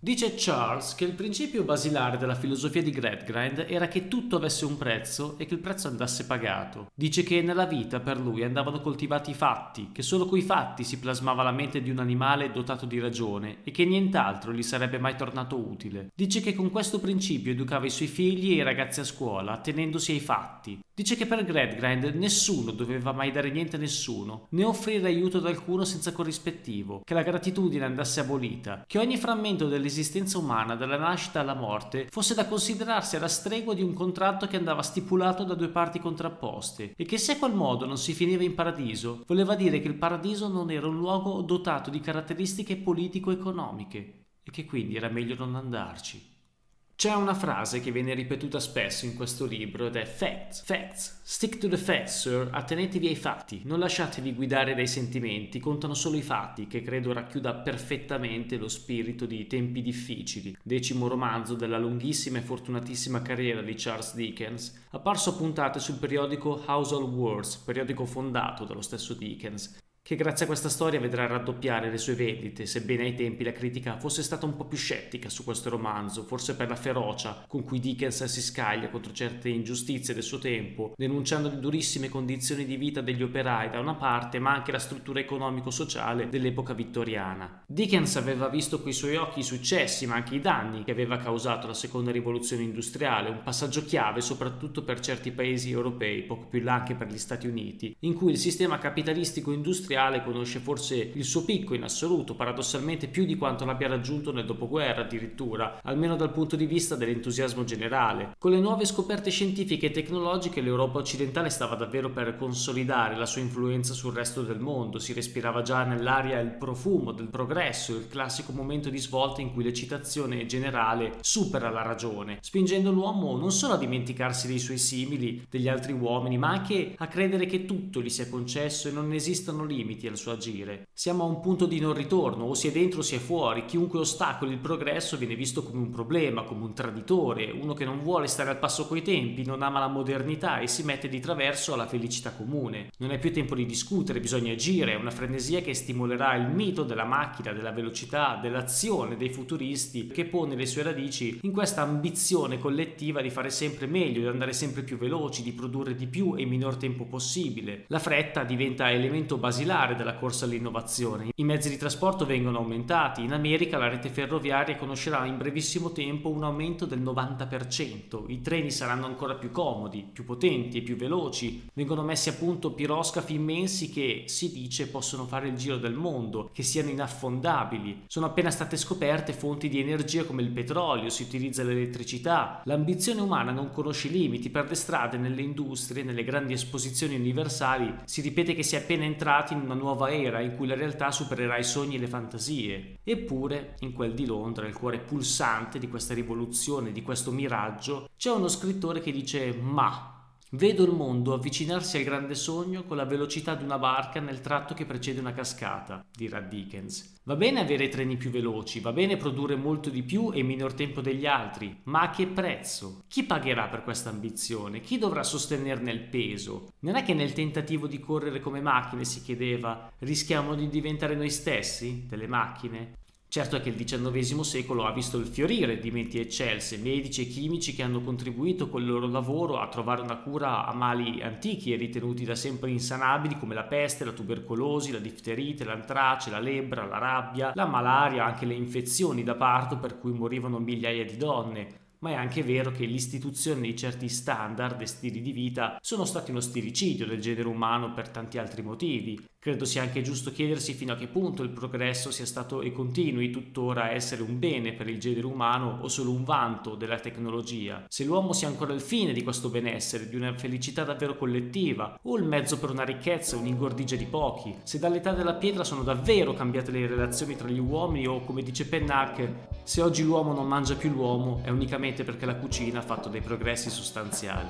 Dice Charles che il principio basilare della filosofia di Gradgrind era che tutto avesse un prezzo e che il prezzo andasse pagato. Dice che nella vita per lui andavano coltivati i fatti, che solo coi fatti si plasmava la mente di un animale dotato di ragione e che nient'altro gli sarebbe mai tornato utile. Dice che con questo principio educava i suoi figli e i ragazzi a scuola, attenendosi ai fatti. Dice che per Gradgrind nessuno doveva mai dare niente a nessuno, né offrire aiuto ad alcuno senza corrispettivo, che la gratitudine andasse abolita, che ogni frammento dell'esistenza umana, dalla nascita alla morte, fosse da considerarsi alla stregua di un contratto che andava stipulato da due parti contrapposte, e che se a quel modo non si finiva in paradiso, voleva dire che il paradiso non era un luogo dotato di caratteristiche politico-economiche, e che quindi era meglio non andarci. C'è una frase che viene ripetuta spesso in questo libro ed è facts, facts, stick to the facts, sir, attenetevi ai fatti, non lasciatevi guidare dai sentimenti, contano solo i fatti, che credo racchiuda perfettamente lo spirito di Tempi difficili, 10° romanzo della lunghissima e fortunatissima carriera di Charles Dickens, apparso a puntate sul periodico Household Words, periodico fondato dallo stesso Dickens, che grazie a questa storia vedrà raddoppiare le sue vendite, sebbene ai tempi la critica fosse stata un po' più scettica su questo romanzo, forse per la ferocia con cui Dickens si scaglia contro certe ingiustizie del suo tempo, denunciando le durissime condizioni di vita degli operai da una parte, ma anche la struttura economico-sociale dell'epoca vittoriana. Dickens aveva visto coi suoi occhi i successi, ma anche i danni che aveva causato la seconda rivoluzione industriale, un passaggio chiave soprattutto per certi paesi europei, poco più in là anche per gli Stati Uniti, in cui il sistema capitalistico industriale conosce forse il suo picco in assoluto, paradossalmente più di quanto l'abbia raggiunto nel dopoguerra addirittura, almeno dal punto di vista dell'entusiasmo generale. Con le nuove scoperte scientifiche e tecnologiche l'Europa occidentale stava davvero per consolidare la sua influenza sul resto del mondo, si respirava già nell'aria il profumo del progresso, il classico momento di svolta in cui l'eccitazione generale supera la ragione, spingendo l'uomo non solo a dimenticarsi dei suoi simili, degli altri uomini, ma anche a credere che tutto gli sia concesso e non esistano limiti al suo agire. Siamo a un punto di non ritorno, o si è dentro o si è fuori, chiunque ostacoli il progresso viene visto come un problema, come un traditore, uno che non vuole stare al passo coi tempi, non ama la modernità e si mette di traverso alla felicità comune. Non è più tempo di discutere, bisogna agire, è una frenesia che stimolerà il mito della macchina, della velocità, dell'azione dei futuristi, che pone le sue radici in questa ambizione collettiva di fare sempre meglio, di andare sempre più veloci, di produrre di più e in minor tempo possibile. La fretta diventa elemento basilare della corsa all'innovazione. I mezzi di trasporto vengono aumentati. In America la rete ferroviaria conoscerà in brevissimo tempo un aumento del 90%. I treni saranno ancora più comodi, più potenti e più veloci. Vengono messi a punto piroscafi immensi che, si dice, possono fare il giro del mondo, che siano inaffondabili. Sono appena state scoperte fonti di energia come il petrolio, si utilizza l'elettricità. L'ambizione umana non conosce limiti. Per le strade, nelle industrie, nelle grandi esposizioni universali, si ripete che si è appena entrati in una nuova era in cui la realtà supererà i sogni e le fantasie. Eppure, in quel di Londra, il cuore pulsante di questa rivoluzione, di questo miraggio, c'è uno scrittore che dice: ma vedo il mondo avvicinarsi al grande sogno con la velocità di una barca nel tratto che precede una cascata, dirà Dickens. Va bene avere treni più veloci, va bene produrre molto di più e in minor tempo degli altri, ma a che prezzo? Chi pagherà per questa ambizione? Chi dovrà sostenerne il peso? Non è che nel tentativo di correre come macchine, si chiedeva, rischiamo di diventare noi stessi, delle macchine? Certo è che il XIX secolo ha visto il fiorire di menti eccelse, medici e chimici che hanno contribuito col loro lavoro a trovare una cura a mali antichi e ritenuti da sempre insanabili come la peste, la tubercolosi, la difterite, l'antrace, la lebbra, la rabbia, la malaria, anche le infezioni da parto per cui morivano migliaia di donne. Ma è anche vero che l'istituzione di certi standard e stili di vita sono stati uno stillicidio del genere umano per tanti altri motivi. Credo sia anche giusto chiedersi fino a che punto il progresso sia stato e continui tuttora essere un bene per il genere umano o solo un vanto della tecnologia. Se l'uomo sia ancora il fine di questo benessere, di una felicità davvero collettiva, o il mezzo per una ricchezza, un'ingordigia di pochi. Se dall'età della pietra sono davvero cambiate le relazioni tra gli uomini o, come dice Pennac, se oggi l'uomo non mangia più l'uomo è unicamente perché la cucina ha fatto dei progressi sostanziali.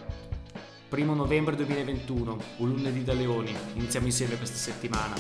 1 novembre 2021, un lunedì da leoni, iniziamo insieme questa settimana.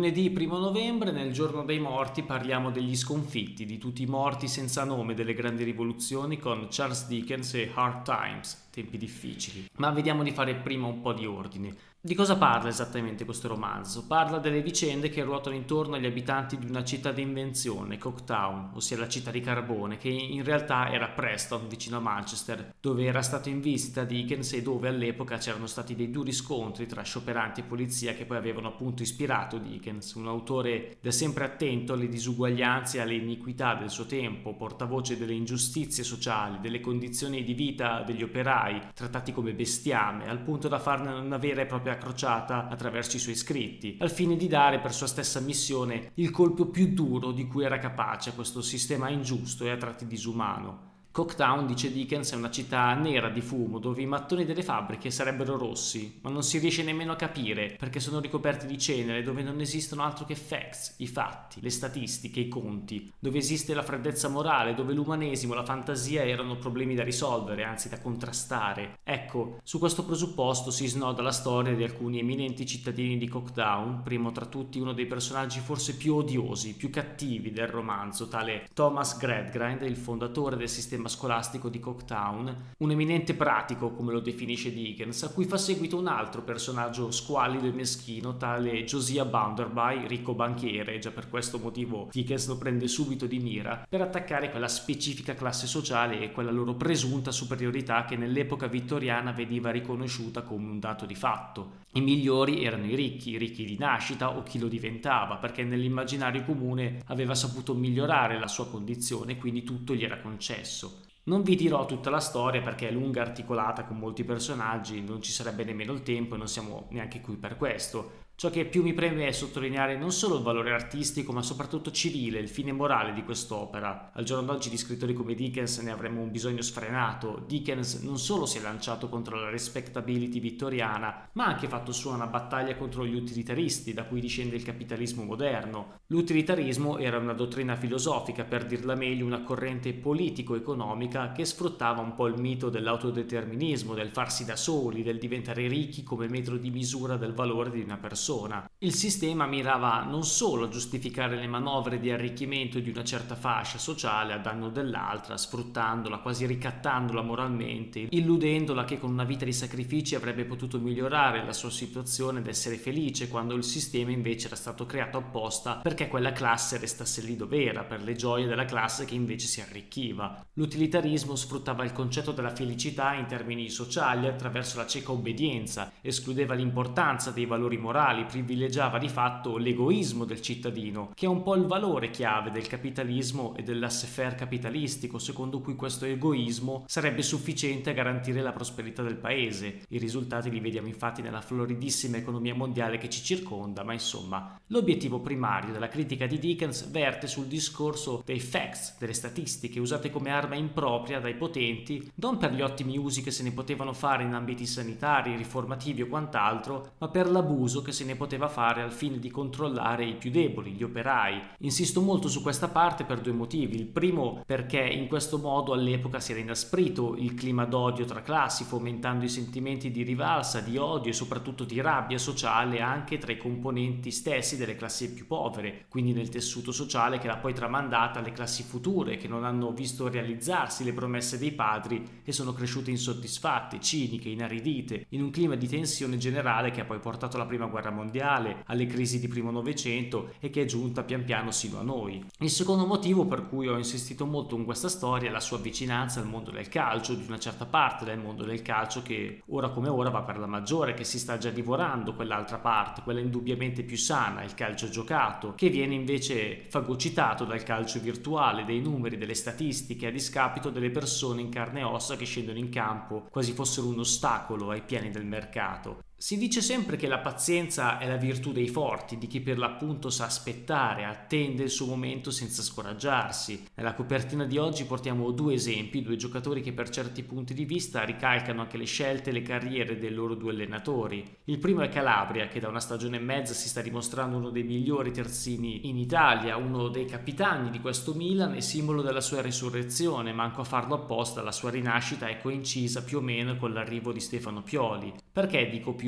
Lunedì 1 novembre, nel giorno dei morti, parliamo degli sconfitti, di tutti i morti senza nome delle grandi rivoluzioni con Charles Dickens e Hard Times, tempi difficili. Ma vediamo di fare prima un po' di ordine. Di cosa parla esattamente questo romanzo? Parla delle vicende che ruotano intorno agli abitanti di una città di invenzione, Coketown, ossia la città di carbone, che in realtà era Preston, vicino a Manchester, dove era stato in visita Dickens e dove all'epoca c'erano stati dei duri scontri tra scioperanti e polizia che poi avevano appunto ispirato Dickens, un autore da sempre attento alle disuguaglianze e alle iniquità del suo tempo, portavoce delle ingiustizie sociali, delle condizioni di vita degli operai, trattati come bestiame, al punto da farne una vera e propria crociata attraverso i suoi scritti, al fine di dare per sua stessa missione il colpo più duro di cui era capace a questo sistema ingiusto e a tratti disumano. Coketown, dice Dickens, è una città nera di fumo dove i mattoni delle fabbriche sarebbero rossi, ma non si riesce nemmeno a capire perché sono ricoperti di cenere, dove non esistono altro che facts, i fatti, le statistiche, i conti, dove esiste la freddezza morale, dove l'umanesimo e la fantasia erano problemi da risolvere, anzi da contrastare. Ecco, su questo presupposto si snoda la storia di alcuni eminenti cittadini di Coketown, primo tra tutti uno dei personaggi forse più odiosi, più cattivi del romanzo, tale Thomas Gradgrind, il fondatore del sistema scolastico di Coketown, un eminente pratico, come lo definisce Dickens, a cui fa seguito un altro personaggio squallido e meschino, tale Josiah Bounderby, ricco banchiere. Già per questo motivo Dickens lo prende subito di mira per attaccare quella specifica classe sociale e quella loro presunta superiorità che nell'epoca vittoriana veniva riconosciuta come un dato di fatto. I migliori erano i ricchi di nascita o chi lo diventava, perché nell'immaginario comune aveva saputo migliorare la sua condizione, quindi tutto gli era concesso. Non vi dirò tutta la storia perché è lunga, articolata, con molti personaggi, non ci sarebbe nemmeno il tempo e non siamo neanche qui per questo. Ciò che più mi preme è sottolineare non solo il valore artistico, ma soprattutto civile, il fine morale di quest'opera. Al giorno d'oggi di scrittori come Dickens ne avremmo un bisogno sfrenato. Dickens non solo si è lanciato contro la respectability vittoriana, ma ha anche fatto sua una battaglia contro gli utilitaristi, da cui discende il capitalismo moderno. L'utilitarismo era una dottrina filosofica, per dirla meglio una corrente politico-economica che sfruttava un po' il mito dell'autodeterminismo, del farsi da soli, del diventare ricchi come metro di misura del valore di una persona. Il sistema mirava non solo a giustificare le manovre di arricchimento di una certa fascia sociale a danno dell'altra, sfruttandola, quasi ricattandola moralmente, illudendola che con una vita di sacrifici avrebbe potuto migliorare la sua situazione ed essere felice, quando il sistema invece era stato creato apposta perché quella classe restasse lì dove era, per le gioie della classe che invece si arricchiva. L'utilitarismo sfruttava il concetto della felicità in termini sociali attraverso la cieca obbedienza, escludeva l'importanza dei valori morali, privilegiava di fatto l'egoismo del cittadino, che è un po' il valore chiave del capitalismo e del laissez-faire capitalistico, secondo cui questo egoismo sarebbe sufficiente a garantire la prosperità del paese. I risultati li vediamo infatti nella floridissima economia mondiale che ci circonda, ma insomma, l'obiettivo primario della critica di Dickens verte sul discorso dei facts, delle statistiche usate come arma impropria dai potenti, non per gli ottimi usi che se ne potevano fare in ambiti sanitari, riformativi o quant'altro, ma per l'abuso che se ne poteva fare al fine di controllare i più deboli, gli operai. Insisto molto su questa parte per due motivi. Il primo perché in questo modo all'epoca si era inasprito il clima d'odio tra classi, fomentando i sentimenti di rivalsa, di odio e soprattutto di rabbia sociale anche tra i componenti stessi delle classi più povere, quindi nel tessuto sociale che l'ha poi tramandata alle classi future, che non hanno visto realizzarsi le promesse dei padri e sono cresciute insoddisfatte, ciniche, inaridite, in un clima di tensione generale che ha poi portato alla prima guerra mondiale, alle crisi di primo Novecento e che è giunta pian piano sino a noi. Il secondo motivo per cui ho insistito molto in questa storia è la sua vicinanza al mondo del calcio, di una certa parte del mondo del calcio che ora come ora va per la maggiore, che si sta già divorando quell'altra parte, quella indubbiamente più sana, il calcio giocato, che viene invece fagocitato dal calcio virtuale, dei numeri, delle statistiche, a discapito delle persone in carne e ossa che scendono in campo quasi fossero un ostacolo ai piani del mercato. Si dice sempre che la pazienza è la virtù dei forti, di chi per l'appunto sa aspettare, attende il suo momento senza scoraggiarsi. Nella copertina di oggi portiamo due esempi, due giocatori che per certi punti di vista ricalcano anche le scelte e le carriere dei loro due allenatori. Il primo è Calabria, che da una stagione e mezza si sta dimostrando uno dei migliori terzini in Italia, uno dei capitani di questo Milan e simbolo della sua risurrezione, manco a farlo apposta, la sua rinascita è coincisa più o meno con l'arrivo di Stefano Pioli. Perché dico più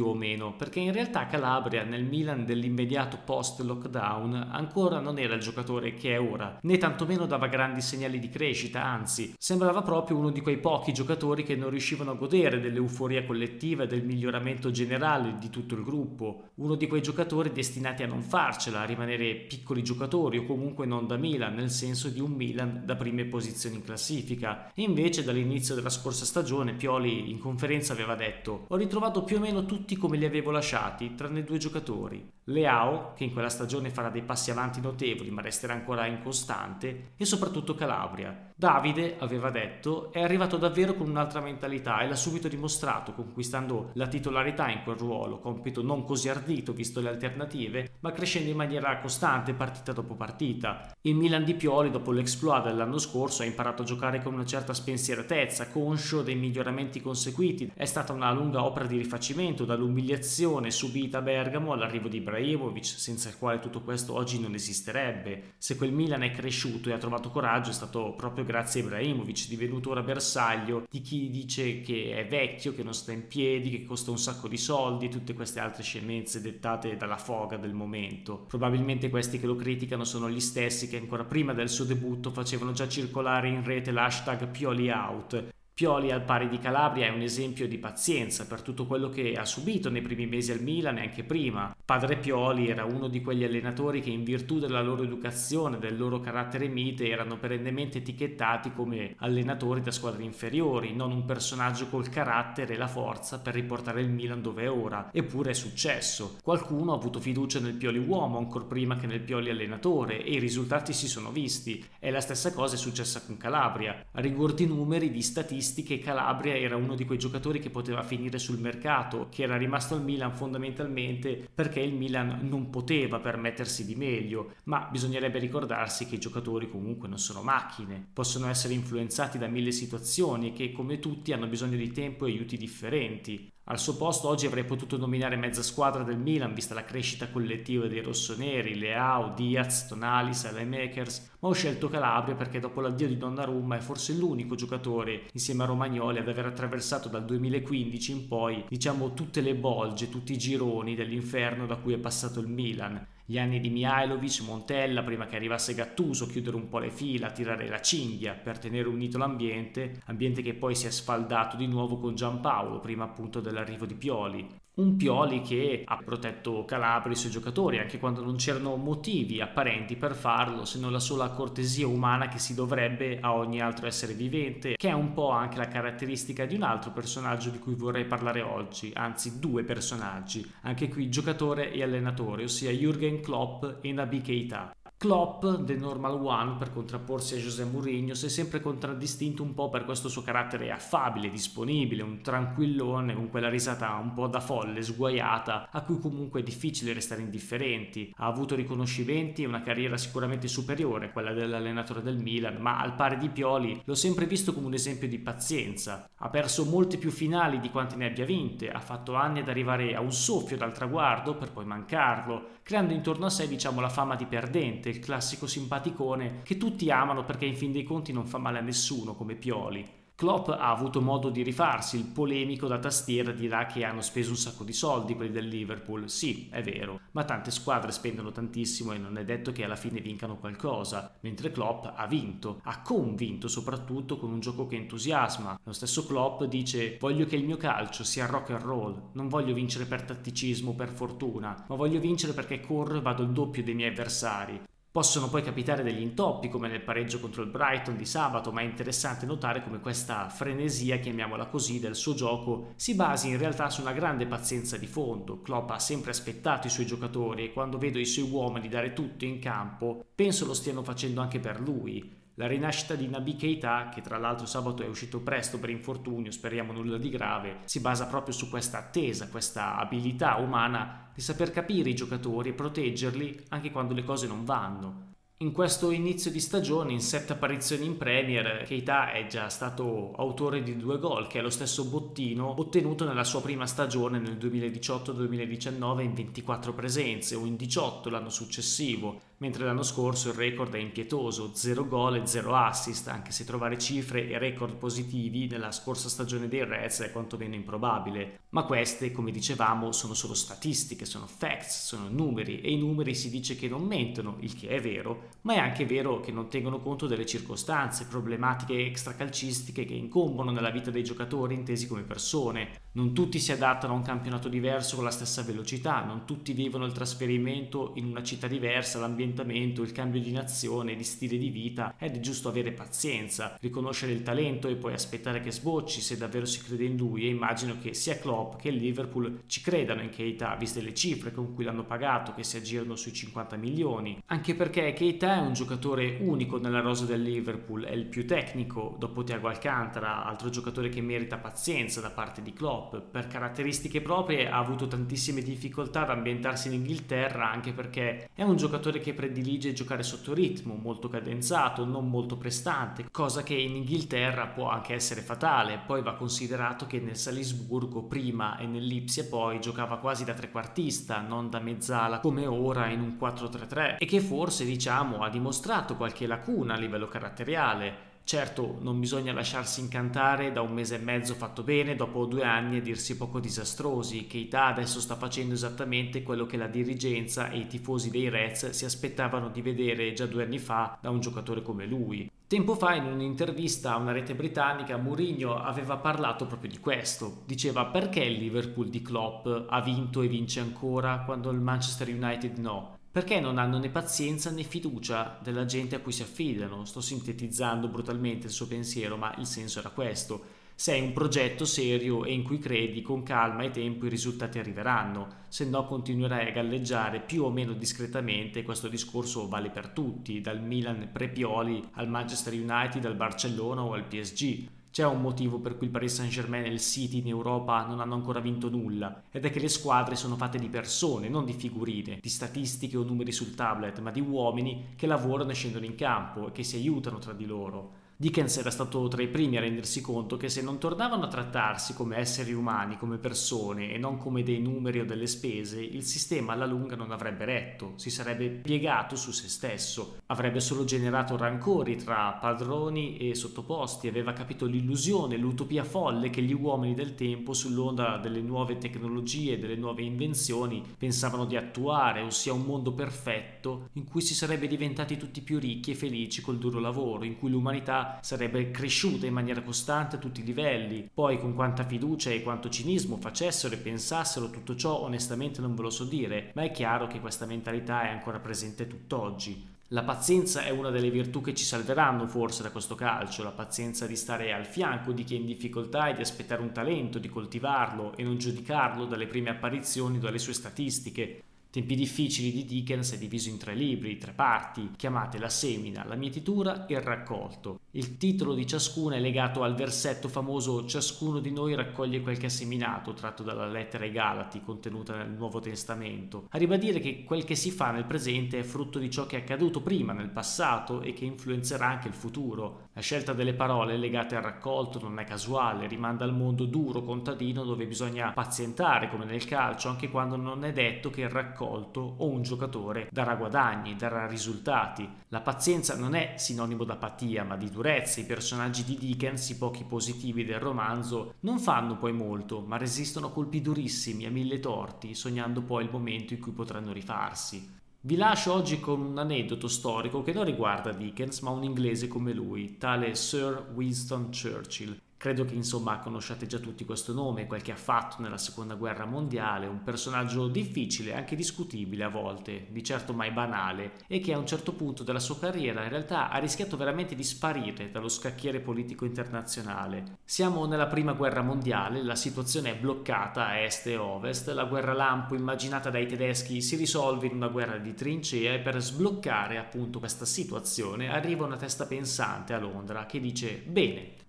più o meno, perché in realtà Calabria nel Milan dell'immediato post-lockdown ancora non era il giocatore che è ora, né tantomeno dava grandi segnali di crescita, anzi, sembrava proprio uno di quei pochi giocatori che non riuscivano a godere dell'euforia collettiva e del miglioramento generale di tutto il gruppo, uno di quei giocatori destinati a non farcela, a rimanere piccoli giocatori o comunque non da Milan, nel senso di un Milan da prime posizioni in classifica. E invece dall'inizio della scorsa stagione Pioli in conferenza aveva detto: ho ritrovato più o meno tutti come li avevo lasciati, tranne due giocatori. Leao, che in quella stagione farà dei passi avanti notevoli ma resterà ancora incostante, e soprattutto Calabria. Davide, aveva detto, è arrivato davvero con un'altra mentalità e l'ha subito dimostrato, conquistando la titolarità in quel ruolo, compito non così ardito visto le alternative, ma crescendo in maniera costante partita dopo partita. Il Milan di Pioli, dopo l'exploit dell'anno scorso, ha imparato a giocare con una certa spensieratezza, conscio dei miglioramenti conseguiti. È stata una lunga opera di rifacimento, dall'umiliazione subita a Bergamo all'arrivo di Ibrahimovic, senza il quale tutto questo oggi non esisterebbe. Se quel Milan è cresciuto e ha trovato coraggio è stato proprio grazie a Ibrahimovic, divenuto ora bersaglio di chi dice che è vecchio, che non sta in piedi, che costa un sacco di soldi e tutte queste altre scemenze dettate dalla foga del momento. Probabilmente questi che lo criticano sono gli stessi che ancora prima del suo debutto facevano già circolare in rete l'hashtag Pioli out. Pioli, al pari di Calabria, è un esempio di pazienza per tutto quello che ha subito nei primi mesi al Milan e anche prima. Padre Pioli era uno di quegli allenatori che in virtù della loro educazione, del loro carattere mite, erano perennemente etichettati come allenatori da squadre inferiori, non un personaggio col carattere e la forza per riportare il Milan dove è ora. Eppure è successo. Qualcuno ha avuto fiducia nel Pioli uomo ancor prima che nel Pioli allenatore e i risultati si sono visti. E la stessa cosa è successa con Calabria. A rigor di numeri, di statistiche, Calabria era uno di quei giocatori che poteva finire sul mercato, che era rimasto al Milan fondamentalmente perché il Milan non poteva permettersi di meglio, ma bisognerebbe ricordarsi che i giocatori comunque non sono macchine, possono essere influenzati da mille situazioni e che come tutti hanno bisogno di tempo e aiuti differenti. Al suo posto oggi avrei potuto nominare mezza squadra del Milan vista la crescita collettiva dei rossoneri, Leao, Diaz, Tonali, Saelemaekers, ma ho scelto Calabria perché dopo l'addio di Donnarumma è forse l'unico giocatore insieme a Romagnoli ad aver attraversato dal 2015 in poi diciamo tutte le bolge, tutti i gironi dell'inferno da cui è passato il Milan. Gli anni di Mihajlovic, Montella, prima che arrivasse Gattuso, chiudere un po' le fila, tirare la cinghia per tenere unito l'ambiente, ambiente che poi si è sfaldato di nuovo con Giampaolo, prima appunto dell'arrivo di Pioli. Un Pioli che ha protetto Calabria e i suoi giocatori anche quando non c'erano motivi apparenti per farlo, se non la sola cortesia umana che si dovrebbe a ogni altro essere vivente, che è un po' anche la caratteristica di un altro personaggio di cui vorrei parlare oggi, anzi due personaggi, anche qui giocatore e allenatore, ossia Jürgen Klopp e Naby Keita. Klopp, The Normal One, per contrapporsi a José Mourinho, si è sempre contraddistinto un po' per questo suo carattere affabile, disponibile, un tranquillone con quella risata un po' da folle, sguaiata, a cui comunque è difficile restare indifferenti. Ha avuto riconoscimenti e una carriera sicuramente superiore a quella dell'allenatore del Milan, ma al pari di Pioli l'ho sempre visto come un esempio di pazienza. Ha perso molte più finali di quante ne abbia vinte, ha fatto anni ad arrivare a un soffio dal traguardo per poi mancarlo, creando intorno a sé diciamo la fama di perdente, il classico simpaticone che tutti amano perché in fin dei conti non fa male a nessuno come Pioli. Klopp ha avuto modo di rifarsi, il polemico da tastiera dirà che hanno speso un sacco di soldi quelli del Liverpool, sì, è vero, ma tante squadre spendono tantissimo e non è detto che alla fine vincano qualcosa, mentre Klopp ha vinto, ha convinto soprattutto con un gioco che entusiasma. Lo stesso Klopp dice: voglio che il mio calcio sia rock and roll, non voglio vincere per tatticismo, per fortuna, ma voglio vincere perché corro e vado il doppio dei miei avversari. Possono poi capitare degli intoppi come nel pareggio contro il Brighton di sabato, ma è interessante notare come questa frenesia, chiamiamola così, del suo gioco si basi in realtà su una grande pazienza di fondo. Klopp ha sempre aspettato i suoi giocatori e quando vedo i suoi uomini dare tutto in campo, penso lo stiano facendo anche per lui. La rinascita di Naby Keita, che tra l'altro sabato è uscito presto per infortunio, speriamo nulla di grave, si basa proprio su questa attesa, questa abilità umana di saper capire i giocatori e proteggerli anche quando le cose non vanno. In questo inizio di stagione, in 7 apparizioni in Premier, Keita è già stato autore di 2 gol, che è lo stesso bottino ottenuto nella sua prima stagione nel 2018-2019 in 24 presenze, o in 18 l'anno successivo, mentre l'anno scorso il record è impietoso, 0 gol e 0 assist, anche se trovare cifre e record positivi nella scorsa stagione dei Reds è quantomeno improbabile. Ma queste, come dicevamo, sono solo statistiche, sono facts, sono numeri, e i numeri si dice che non mentono, il che è vero, ma è anche vero che non tengono conto delle circostanze, problematiche extracalcistiche che incombono nella vita dei giocatori intesi come persone. Non tutti si adattano a un campionato diverso con la stessa velocità, non tutti vivono il trasferimento in una città diversa, l'ambientamento, il cambio di nazione, di stile di vita, ed è giusto avere pazienza, riconoscere il talento e poi aspettare che sbocci se davvero si crede in lui, e immagino che sia Klopp che il Liverpool ci credano in Keita, viste le cifre con cui l'hanno pagato, che si aggirano sui 50 milioni, anche perché Keita è un giocatore unico nella rosa del Liverpool, è il più tecnico dopo Thiago Alcantara, altro giocatore che merita pazienza da parte di Klopp. Per caratteristiche proprie ha avuto tantissime difficoltà ad ambientarsi in Inghilterra, anche perché è un giocatore che predilige giocare sotto ritmo, molto cadenzato, non molto prestante, cosa che in Inghilterra può anche essere fatale. Poi va considerato che nel Salisburgo prima e nell'Ipsia poi giocava quasi da trequartista, non da mezzala come ora in un 4-3-3, e che forse, diciamo, ha dimostrato qualche lacuna a livello caratteriale. Certo, non bisogna lasciarsi incantare da un mese e mezzo fatto bene dopo 2 anni a dirsi poco disastrosi. Keita adesso sta facendo esattamente quello che la dirigenza e i tifosi dei Reds si aspettavano di vedere già 2 anni fa da un giocatore come lui. Tempo fa, in un'intervista a una rete britannica, Mourinho aveva parlato proprio di questo. Diceva: perché il Liverpool di Klopp ha vinto e vince ancora quando il Manchester United no? Perché non hanno né pazienza né fiducia della gente a cui si affidano. Sto sintetizzando brutalmente il suo pensiero, ma il senso era questo. Se hai un progetto serio e in cui credi, con calma e tempo i risultati arriveranno, se no continuerai a galleggiare più o meno discretamente, e questo discorso vale per tutti, dal Milan pre-Pioli al Manchester United, al Barcellona o al PSG. C'è un motivo per cui il Paris Saint-Germain e il City in Europa non hanno ancora vinto nulla, ed è che le squadre sono fatte di persone, non di figurine, di statistiche o numeri sul tablet, ma di uomini che lavorano e scendono in campo e che si aiutano tra di loro. Dickens era stato tra i primi a rendersi conto che se non tornavano a trattarsi come esseri umani, come persone e non come dei numeri o delle spese, il sistema alla lunga non avrebbe retto, si sarebbe piegato su se stesso, avrebbe solo generato rancori tra padroni e sottoposti, aveva capito l'illusione, l'utopia folle che gli uomini del tempo, sull'onda delle nuove tecnologie e delle nuove invenzioni, pensavano di attuare, ossia un mondo perfetto in cui si sarebbe diventati tutti più ricchi e felici col duro lavoro, in cui l'umanità sarebbe cresciuta in maniera costante a tutti i livelli. Poi con quanta fiducia e quanto cinismo facessero e pensassero tutto ciò onestamente non ve lo so dire, ma è chiaro che questa mentalità è ancora presente tutt'oggi. La pazienza è una delle virtù che ci salveranno forse da questo calcio, la pazienza di stare al fianco di chi è in difficoltà e di aspettare un talento, di coltivarlo e non giudicarlo dalle prime apparizioni o dalle sue statistiche. Tempi difficili di Dickens è diviso in 3 libri, 3 parti, chiamate la semina, la mietitura e il raccolto. Il titolo di ciascuna è legato al versetto famoso «Ciascuno di noi raccoglie quel che ha seminato», tratto dalla lettera ai Galati, contenuta nel Nuovo Testamento, a ribadire che quel che si fa nel presente è frutto di ciò che è accaduto prima, nel passato, e che influenzerà anche il futuro. La scelta delle parole legate al raccolto non è casuale, rimanda al mondo duro contadino dove bisogna pazientare, come nel calcio, anche quando non è detto che il raccolto o un giocatore darà guadagni, darà risultati. La pazienza non è sinonimo d'apatia, ma di durezza. I personaggi di Dickens, i pochi positivi del romanzo, non fanno poi molto, ma resistono a colpi durissimi, a 1000 torti, sognando poi il momento in cui potranno rifarsi. Vi lascio oggi con un aneddoto storico che non riguarda Dickens, ma un inglese come lui, tale Sir Winston Churchill. Credo che insomma conosciate già tutti questo nome, quel che ha fatto nella seconda guerra mondiale, un personaggio difficile, anche discutibile a volte, di certo mai banale, e che a un certo punto della sua carriera in realtà ha rischiato veramente di sparire dallo scacchiere politico internazionale. Siamo nella prima guerra mondiale, la situazione è bloccata a est e ovest, la guerra lampo immaginata dai tedeschi si risolve in una guerra di trincea, e per sbloccare appunto questa situazione arriva una testa pensante a Londra che dice: bene,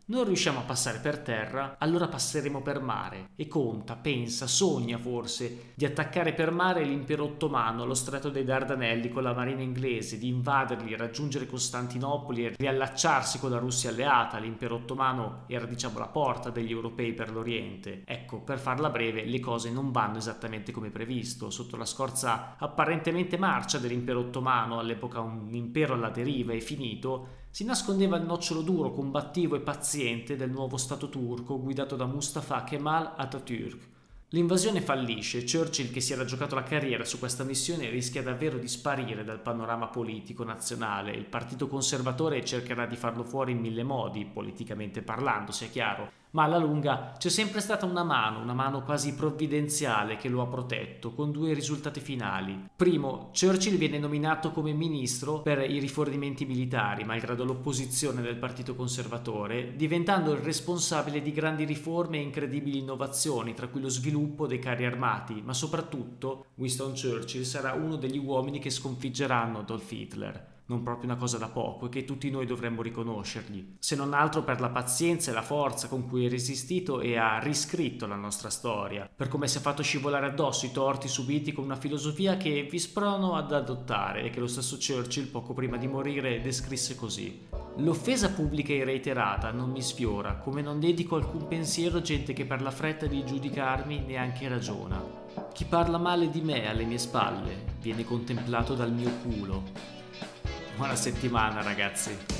Non riusciamo a passare per terra, allora passeremo per mare. E conta, pensa, sogna forse di attaccare per mare l'impero ottomano allo stretto dei Dardanelli con la marina inglese, di invaderli, raggiungere Costantinopoli e riallacciarsi con la Russia alleata. L'impero ottomano era, diciamo, la porta degli europei per l'Oriente. Ecco, per farla breve, le cose non vanno esattamente come previsto. Sotto la scorza apparentemente marcia dell'impero ottomano, all'epoca un impero alla deriva e finito, si nascondeva il nocciolo duro, combattivo e paziente del nuovo Stato turco guidato da Mustafa Kemal Atatürk. L'invasione fallisce, Churchill, che si era giocato la carriera su questa missione, rischia davvero di sparire dal panorama politico nazionale. Il partito conservatore cercherà di farlo fuori in mille modi, politicamente parlando, sia chiaro, ma alla lunga c'è sempre stata una mano quasi provvidenziale che lo ha protetto, con due risultati finali. Primo, Churchill viene nominato come ministro per i rifornimenti militari, malgrado l'opposizione del partito conservatore, diventando il responsabile di grandi riforme e incredibili innovazioni, tra cui lo sviluppo dei carri armati, ma soprattutto Winston Churchill sarà uno degli uomini che sconfiggeranno Adolf Hitler. Non proprio una cosa da poco e che tutti noi dovremmo riconoscergli, se non altro per la pazienza e la forza con cui ha resistito e ha riscritto la nostra storia, per come si è fatto scivolare addosso i torti subiti con una filosofia che vi sprono ad adottare e che lo stesso Churchill poco prima di morire descrisse così: l'offesa pubblica e reiterata non mi sfiora, come non dedico alcun pensiero a gente che per la fretta di giudicarmi neanche ragiona. Chi parla male di me alle mie spalle viene contemplato dal mio culo. Buona settimana, ragazzi.